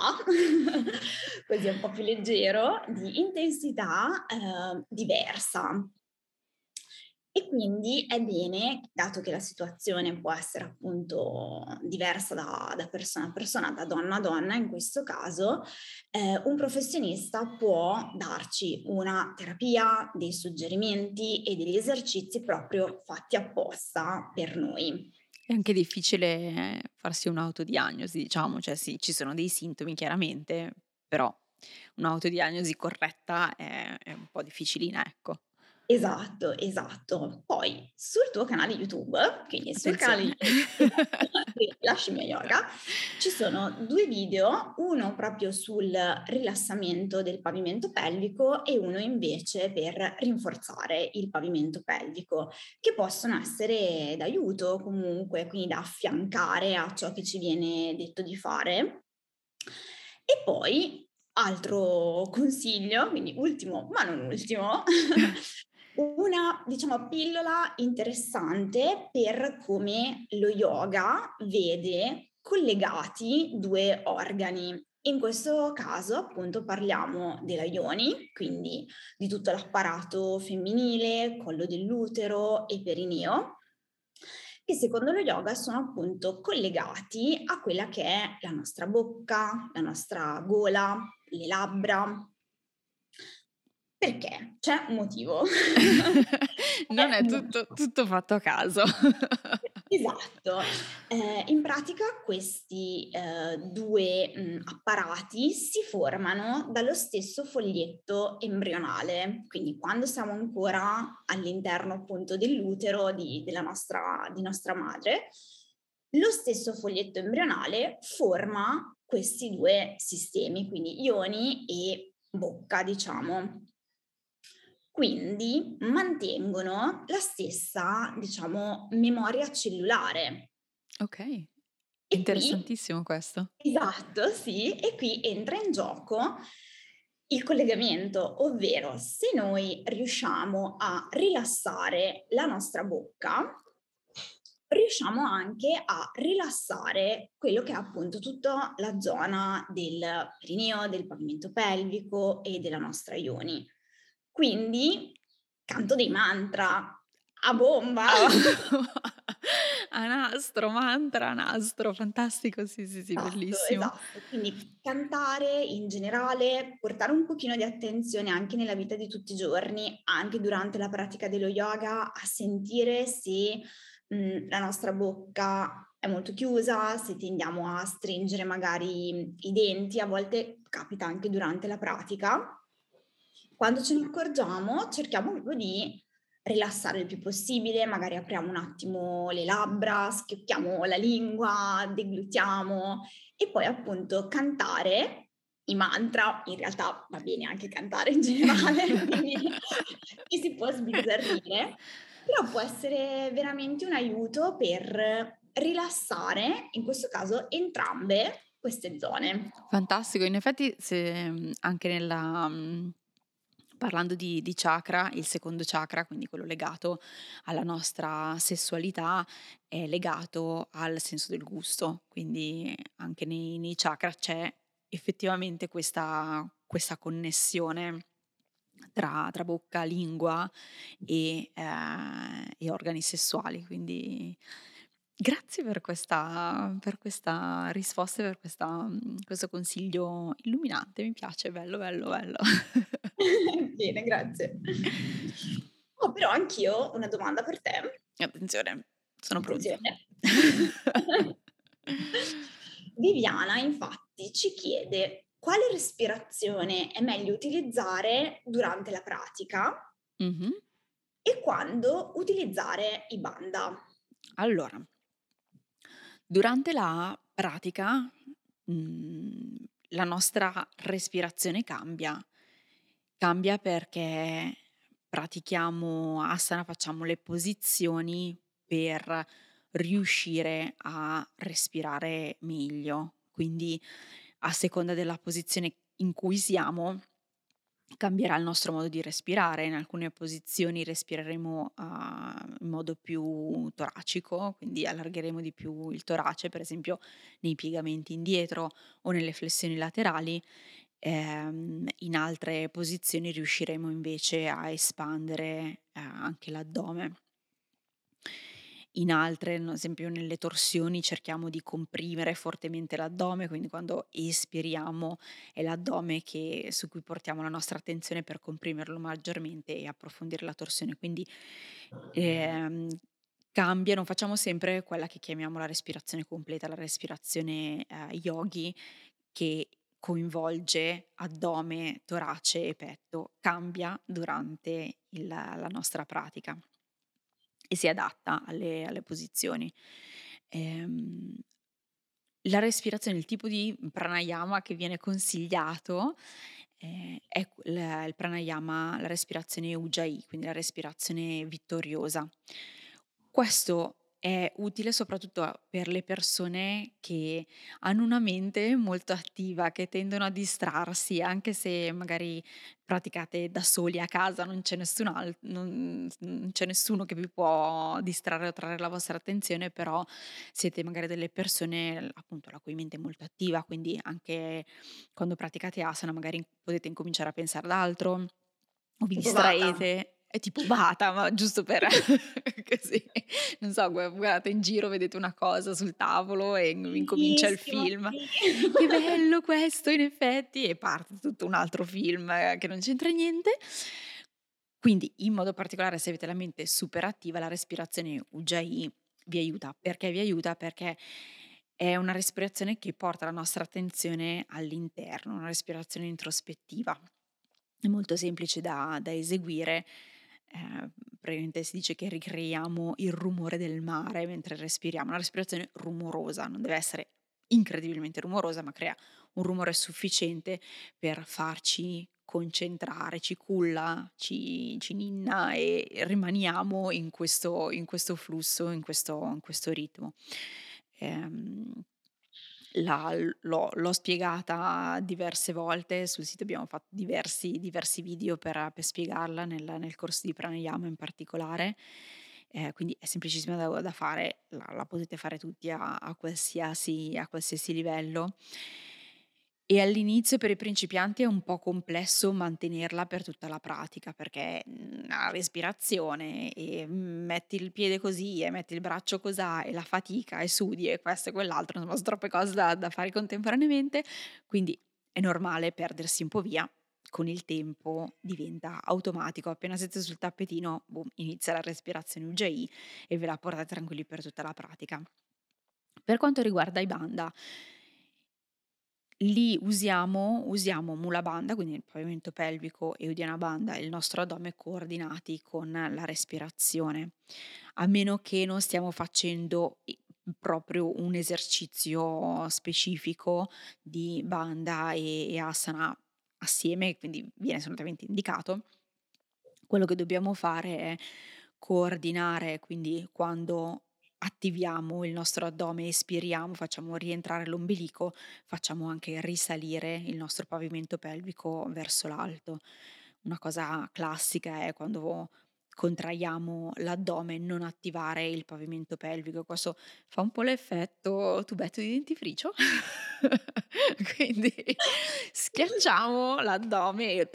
così un po' più leggero, di intensità diversa. E quindi è bene, dato che la situazione può essere appunto diversa da persona a persona, da donna a donna in questo caso, un professionista può darci una terapia, dei suggerimenti e degli esercizi proprio fatti apposta per noi. È anche difficile farsi un'autodiagnosi, diciamo, cioè sì, ci sono dei sintomi chiaramente, però un'autodiagnosi corretta è un po' difficilina, ecco. Esatto, esatto. Poi sul tuo canale YouTube, quindi sul Attenzione. canale di Lascimi Yoga, ci sono 2 video, uno proprio sul rilassamento del pavimento pelvico e uno invece per rinforzare il pavimento pelvico, che possono essere d'aiuto comunque, quindi da affiancare a ciò che ci viene detto di fare. E poi, altro consiglio, quindi ultimo ma non ultimo, una, diciamo, pillola interessante per come lo yoga vede collegati 2 organi. In questo caso, appunto, parliamo della yoni, quindi di tutto l'apparato femminile, collo dell'utero e perineo, che secondo lo yoga sono appunto collegati a quella che è la nostra bocca, la nostra gola, le labbra. Perché? C'è un motivo. Non è tutto fatto a caso. Esatto. In pratica questi, 2, apparati si formano dallo stesso foglietto embrionale, quindi quando siamo ancora all'interno appunto dell'utero di nostra madre, lo stesso foglietto embrionale forma questi 2 sistemi, quindi ioni e bocca, diciamo. Quindi mantengono la stessa, diciamo, memoria cellulare. Ok, E qui interessantissimo questo. esatto, sì, e qui entra in gioco il collegamento, ovvero se noi riusciamo a rilassare la nostra bocca, riusciamo anche a rilassare quello che è appunto tutta la zona del perineo, del pavimento pelvico e della nostra ioni. Quindi canto dei mantra a bomba. Ah, a nastro, mantra, a nastro, fantastico, sì, sì, sì, Esatto, bellissimo. esatto. Quindi cantare in generale, portare un pochino di attenzione anche nella vita di tutti i giorni, anche durante la pratica dello yoga, a sentire se, la nostra bocca è molto chiusa, se tendiamo a stringere magari i denti, a volte capita anche durante la pratica. Quando ce ne accorgiamo, cerchiamo proprio di rilassare il più possibile, magari apriamo un attimo le labbra, schiocchiamo la lingua, deglutiamo e poi appunto cantare i mantra, in realtà va bene anche cantare in generale, quindi ci si può sbizzarrire, però può essere veramente un aiuto per rilassare, in questo caso, entrambe queste zone. Fantastico, in effetti se, anche parlando di chakra, il secondo chakra, quindi quello legato alla nostra sessualità, è legato al senso del gusto, quindi anche nei chakra c'è effettivamente questa connessione tra bocca, lingua e organi sessuali. Quindi grazie per questa risposta e per questo consiglio illuminante. Mi piace, bello, bello, bello. Bene, grazie. Oh, però anch'io ho una domanda per te. Attenzione, sono pronta. Attenzione. Viviana infatti ci chiede quale respirazione è meglio utilizzare durante la pratica Mh-mh. e quando utilizzare i banda. Allora, durante la pratica, mhmm, la nostra respirazione cambia. Cambia perché pratichiamo asana, facciamo le posizioni per riuscire a respirare meglio. Quindi a seconda della posizione in cui siamo, cambierà il nostro modo di respirare. In alcune posizioni respireremo, in modo più toracico, quindi allargheremo di più il torace, per esempio nei piegamenti indietro o nelle flessioni laterali. In altre posizioni riusciremo invece a espandere, anche l'addome. In altre, ad esempio nelle torsioni, cerchiamo di comprimere fortemente l'addome, quindi quando espiriamo è l'addome su cui portiamo la nostra attenzione per comprimerlo maggiormente e approfondire la torsione. Quindi ehm, cambia, non facciamo sempre quella che chiamiamo la respirazione completa, la respirazione yogi, che coinvolge addome, torace e petto, cambia durante la nostra pratica e si adatta alle posizioni. Ehm, la respirazione, il tipo di pranayama che viene consigliato, è il pranayama, la respirazione Ujjayi, quindi la respirazione vittoriosa. Questo è utile soprattutto per le persone che hanno una mente molto attiva, che tendono a distrarsi, anche se magari praticate da soli a casa, non c'è nessuno che vi può distrarre o trarre la vostra attenzione, però siete magari delle persone, appunto, la cui mente è molto attiva, quindi anche quando praticate asana magari potete incominciare a pensare ad altro o vi Tipo Vata. distraete. È tipo Vata, ma giusto per così, non so, guardate in giro, vedete una cosa sul tavolo e incomincia il Bellissimo, film. sì. Che bello questo in effetti, e parte tutto un altro film che non c'entra niente. Quindi in modo particolare se avete la mente super attiva, la respirazione Ujjayi vi aiuta. Perché vi aiuta? Perché è una respirazione che porta la nostra attenzione all'interno, una respirazione introspettiva. È molto semplice da eseguire. Praticamente si dice che ricreiamo il rumore del mare mentre respiriamo, una respirazione rumorosa, non deve essere incredibilmente rumorosa, ma crea un rumore sufficiente per farci concentrare, ci culla, ci ninna e rimaniamo in questo flusso, in questo ritmo. Ehm, l'ho spiegata diverse volte, sul sito abbiamo fatto diversi video per spiegarla nel corso di pranayama in particolare, quindi è semplicissima da fare, la potete fare tutti a qualsiasi livello. E all'inizio per i principianti è un po' complesso mantenerla per tutta la pratica perché, la respirazione e metti il piede così e metti il braccio cosà e la fatica e sudi e questo e quell'altro, insomma son troppe cose da fare contemporaneamente, quindi è normale perdersi un po' via. Con il tempo diventa automatico, appena siete sul tappetino, boom, inizia la respirazione Ujjayi e ve la portate tranquilli per tutta la pratica. Per quanto riguarda i Bandha, lì usiamo Mula Bandha, quindi il pavimento pelvico, e Uddiyana Bandha, il nostro addome, coordinati con la respirazione, a meno che non stiamo facendo proprio un esercizio specifico di Bandha e Asana assieme, quindi viene assolutamente indicato. Quello che dobbiamo fare è coordinare, quindi quando attiviamo il nostro addome, espiriamo, facciamo rientrare l'ombelico, facciamo anche risalire il nostro pavimento pelvico verso l'alto. Una cosa classica è quando contraiamo l'addome non attivare il pavimento pelvico. Questo fa un po' l'effetto tubetto di dentifricio. Quindi schiacciamo l'addome e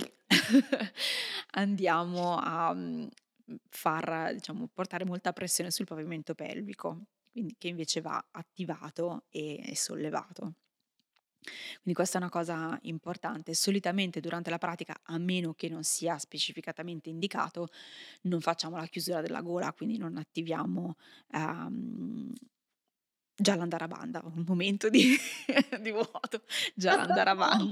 andiamo a far diciamo, portare molta pressione sul pavimento pelvico, quindi che invece va attivato e sollevato. Quindi questa è una cosa importante. Solitamente durante la pratica, a meno che non sia specificatamente indicato, non facciamo la chiusura della gola, quindi non attiviamo, ehm, Jalandhara-bandha, un momento di di vuoto, Jalandhara-bandha.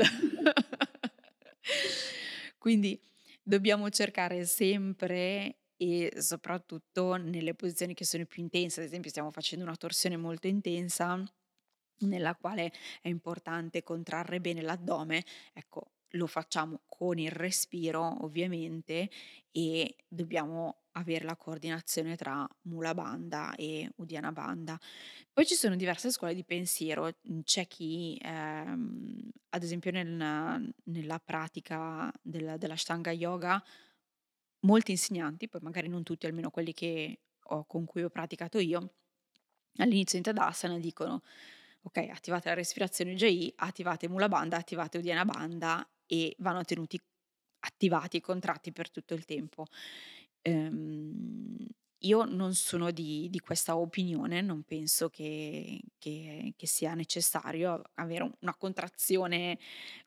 Quindi dobbiamo cercare sempre e soprattutto nelle posizioni che sono più intense, ad esempio stiamo facendo una torsione molto intensa nella quale è importante contrarre bene l'addome, ecco, lo facciamo con il respiro ovviamente e dobbiamo avere la coordinazione tra Mula Bandha e Uddiyana Bandha. Poi ci sono diverse scuole di pensiero, c'è chi, ad esempio nella pratica dell'Ashtanga Yoga, molti insegnanti, poi magari non tutti, almeno quelli con cui ho praticato io, all'inizio in Tadasana dicono: "Okay, attivate la respirazione Ujjayi, attivate Mula Bandha, attivate Uddiyana Bandha", e vanno tenuti attivati, contratti per tutto il tempo. Ehm, io non sono di questa opinione, non penso che sia necessario avere una contrazione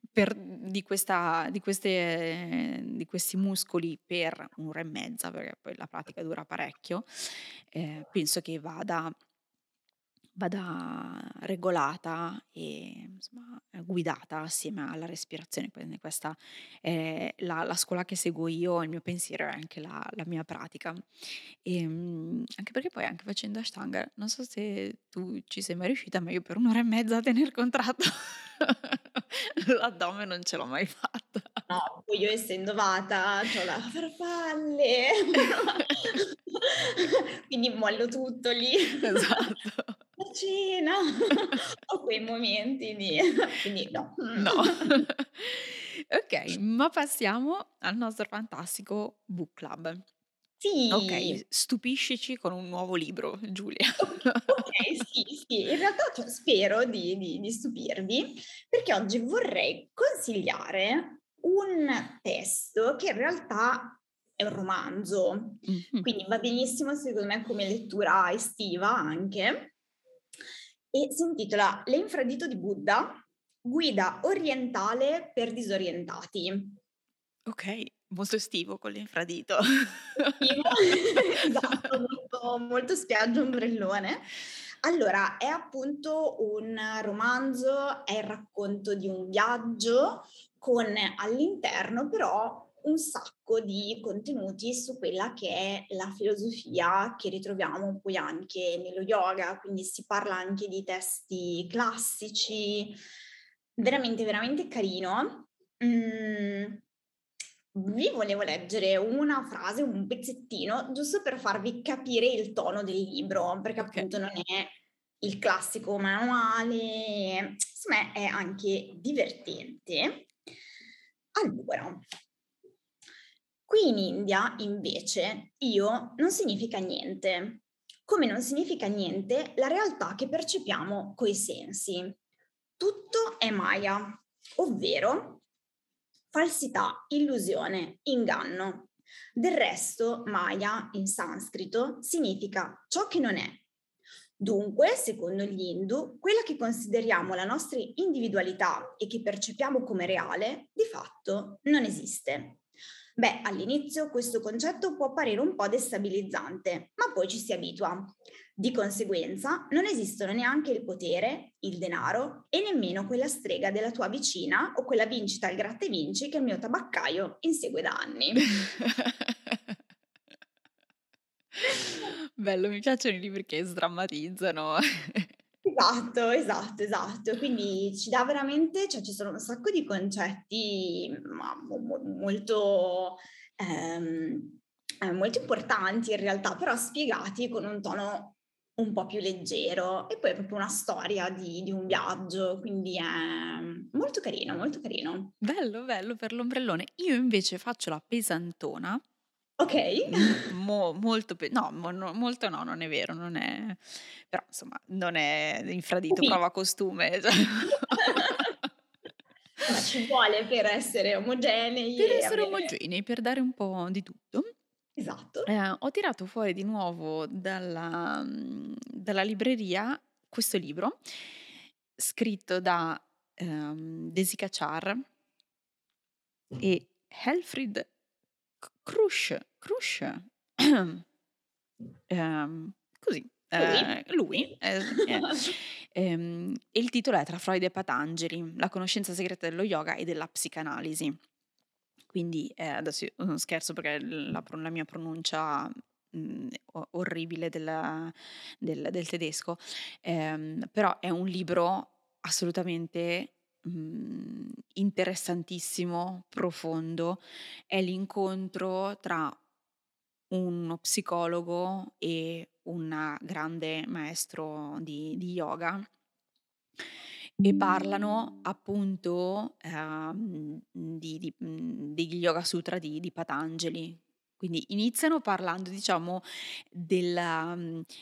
di questi muscoli per 1 ora e mezza, perché poi la pratica dura parecchio. Penso che vada regolata e insomma, guidata assieme alla respirazione. Quindi questa è la scuola che seguo io, il mio pensiero e anche la mia pratica. Anche perché poi anche facendo Ashtanga, non so se tu ci sei mai riuscita, ma io per 1 ora e mezza a tener contratto l'addome non ce l'ho mai fatta. No, poi io essendo Vata c'ho la farfalle, quindi mollo tutto lì. Esatto. La cena, ho quei momenti lì, quindi no. No. Okay, ma passiamo al nostro fantastico book club. Sì. Okay, stupiscici con un nuovo libro, Giulia. Okay, sì, sì, in realtà cioè spero di stupirvi, perché oggi vorrei consigliare un testo che in realtà è un romanzo, Mh-mh. quindi va benissimo secondo me come lettura estiva anche, e si intitola L'infradito di Buddha, guida orientale per disorientati. Okay, molto estivo con l'infradito. Estivo, esatto, molto molto spiaggia ombrellone. Allora, è appunto un romanzo, è il racconto di un viaggio con all'interno però un sacco di contenuti su quella che è la filosofia che ritroviamo poi anche nello yoga, quindi si parla anche di testi classici, veramente, veramente carino. Vi volevo leggere una frase, un pezzettino, giusto per farvi capire il tono del libro, perché Ok. appunto non è il classico manuale, secondo me è anche divertente. Allora, qui in India invece io non significa niente, come non significa niente la realtà che percepiamo coi sensi. Tutto è Maya, ovvero falsità, illusione, inganno. Del resto, Maya in sanscrito significa ciò che non è. Dunque, secondo gli Hindu, quella che consideriamo la nostra individualità e che percepiamo come reale, di fatto non esiste. Beh, all'inizio questo concetto può apparire un po' destabilizzante, ma poi ci si abitua. Di conseguenza, non esistono neanche il potere, il denaro e nemmeno quella strega della tua vicina o quella vincita al gratta e vinci che il mio tabaccaio insegue da anni. Bello, mi piacciono i libri che sdrammatizzano. Esatto, esatto, esatto. Quindi ci dà veramente, cioè ci sono un sacco di concetti molto, molto importanti in realtà, però spiegati con un tono un po' più leggero. E poi è proprio una storia di un viaggio, quindi è molto carino, molto carino. Bello, bello per l'ombrellone. Io invece faccio la pesantona. Ok. Molto no, molto no, non è vero, non è, però insomma non è infradito, Sì. prova costume. Ma ci vuole per essere omogenei Per e essere avere... omogenei, per dare un po' di tutto, Esatto. ho tirato fuori di nuovo dalla libreria questo libro scritto da Desika Char e Helfried Krusch. Così, lui, Sì. e il titolo è Tra Freud e Patanjali, la conoscenza segreta dello yoga e della psicanalisi. Quindi, adesso io, scherzo perché la mia pronuncia, orribile del tedesco, però è un libro assolutamente, interessantissimo, profondo. È l'incontro tra uno psicologo e un grande maestro di yoga e parlano appunto, degli Yoga Sutra di Patanjali. Quindi iniziano parlando, diciamo, della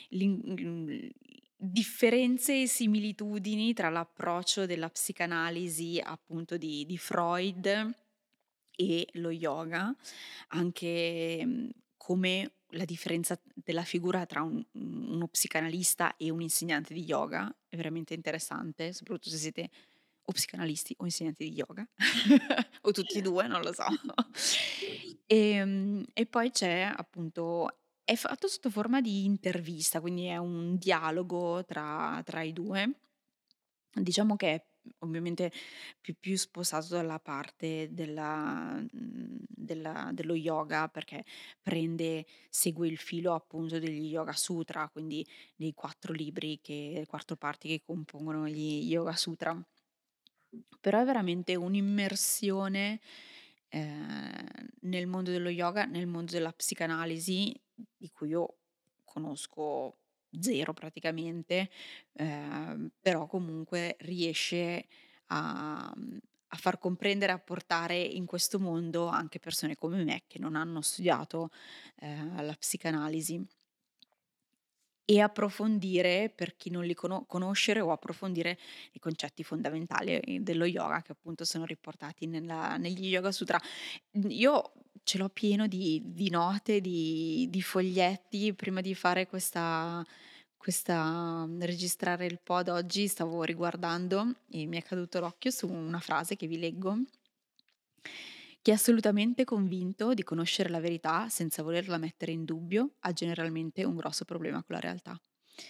differenze e similitudini tra l'approccio della psicanalisi appunto di Freud e lo yoga, anche, come la differenza della figura tra uno psicanalista e un insegnante di yoga è veramente interessante, soprattutto se siete o psicanalisti o insegnanti di yoga o tutti e 2, non lo so. E poi c'è appunto, è fatto sotto forma di intervista, quindi è un dialogo tra i 2. Diciamo che è ovviamente più sposato dalla parte dello yoga, perché segue il filo appunto degli Yoga Sutra, quindi dei 4 libri, 4 parti che compongono gli Yoga Sutra. Però è veramente un'immersione, nel mondo dello yoga, nel mondo della psicanalisi, di cui io conosco 0 praticamente, però comunque riesce a far comprendere, a portare in questo mondo anche persone come me che non hanno studiato, la psicanalisi. E approfondire, per chi non li conoscere o approfondire i concetti fondamentali, dello yoga che appunto sono riportati negli Yoga Sutra. Io ce l'ho pieno di note, di foglietti. Prima di fare registrare il pod oggi stavo riguardando e mi è caduto l'occhio su una frase che vi leggo, Chi è assolutamente convinto di conoscere la verità senza volerla mettere in dubbio ha generalmente un grosso problema con la realtà.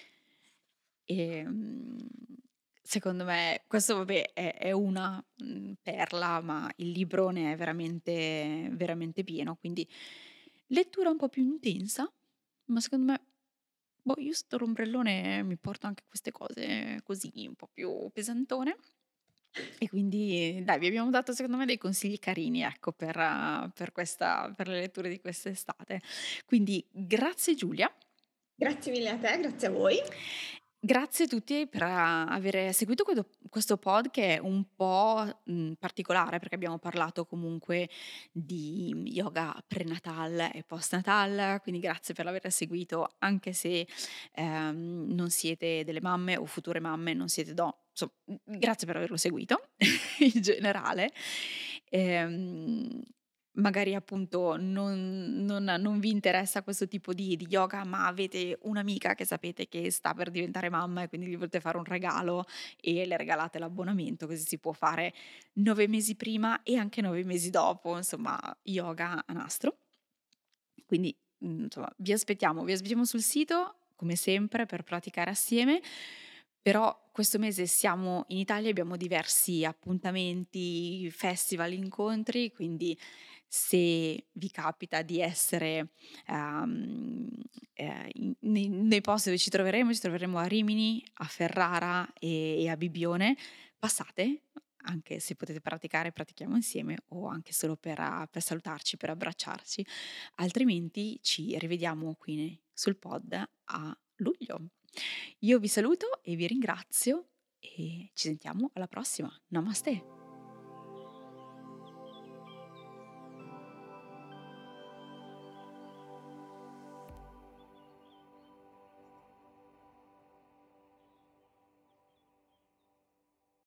Ehm, Secondo me questo vabbè è una, perla, ma il libro ne è veramente veramente pieno, quindi lettura un po' più intensa, ma secondo me, boh, io 'sto ombrellone mi porta anche queste cose così, un po' più pesantone. E quindi dai, vi abbiamo dato secondo me dei consigli carini, ecco, per le letture di quest'estate. Quindi grazie Giulia. Grazie mille a te, grazie a voi. Grazie a tutti per avere seguito questo pod che è un po', particolare, perché abbiamo parlato comunque di yoga prenatal e postnatal, quindi grazie per l'aver seguito, anche se, non siete delle mamme o future mamme, non siete grazie per averlo seguito in generale. Ehm Magari appunto non vi interessa questo tipo di yoga, ma avete un'amica che sapete che sta per diventare mamma e quindi gli volete fare un regalo e le regalate l'abbonamento, così si può fare 9 mesi prima e anche 9 mesi dopo, insomma, yoga a nastro. Quindi, insomma, vi aspettiamo sul sito, come sempre, per praticare assieme, però questo mese siamo in Italia, abbiamo diversi appuntamenti, festival, incontri, quindi se vi capita di essere, nei posti dove ci troveremo a Rimini, a Ferrara e a Bibione, passate, anche se potete praticare, pratichiamo insieme o anche solo per salutarci, per abbracciarci. Altrimenti ci rivediamo qui sul pod a luglio. Io vi saluto e vi ringrazio e ci sentiamo alla prossima. Namaste.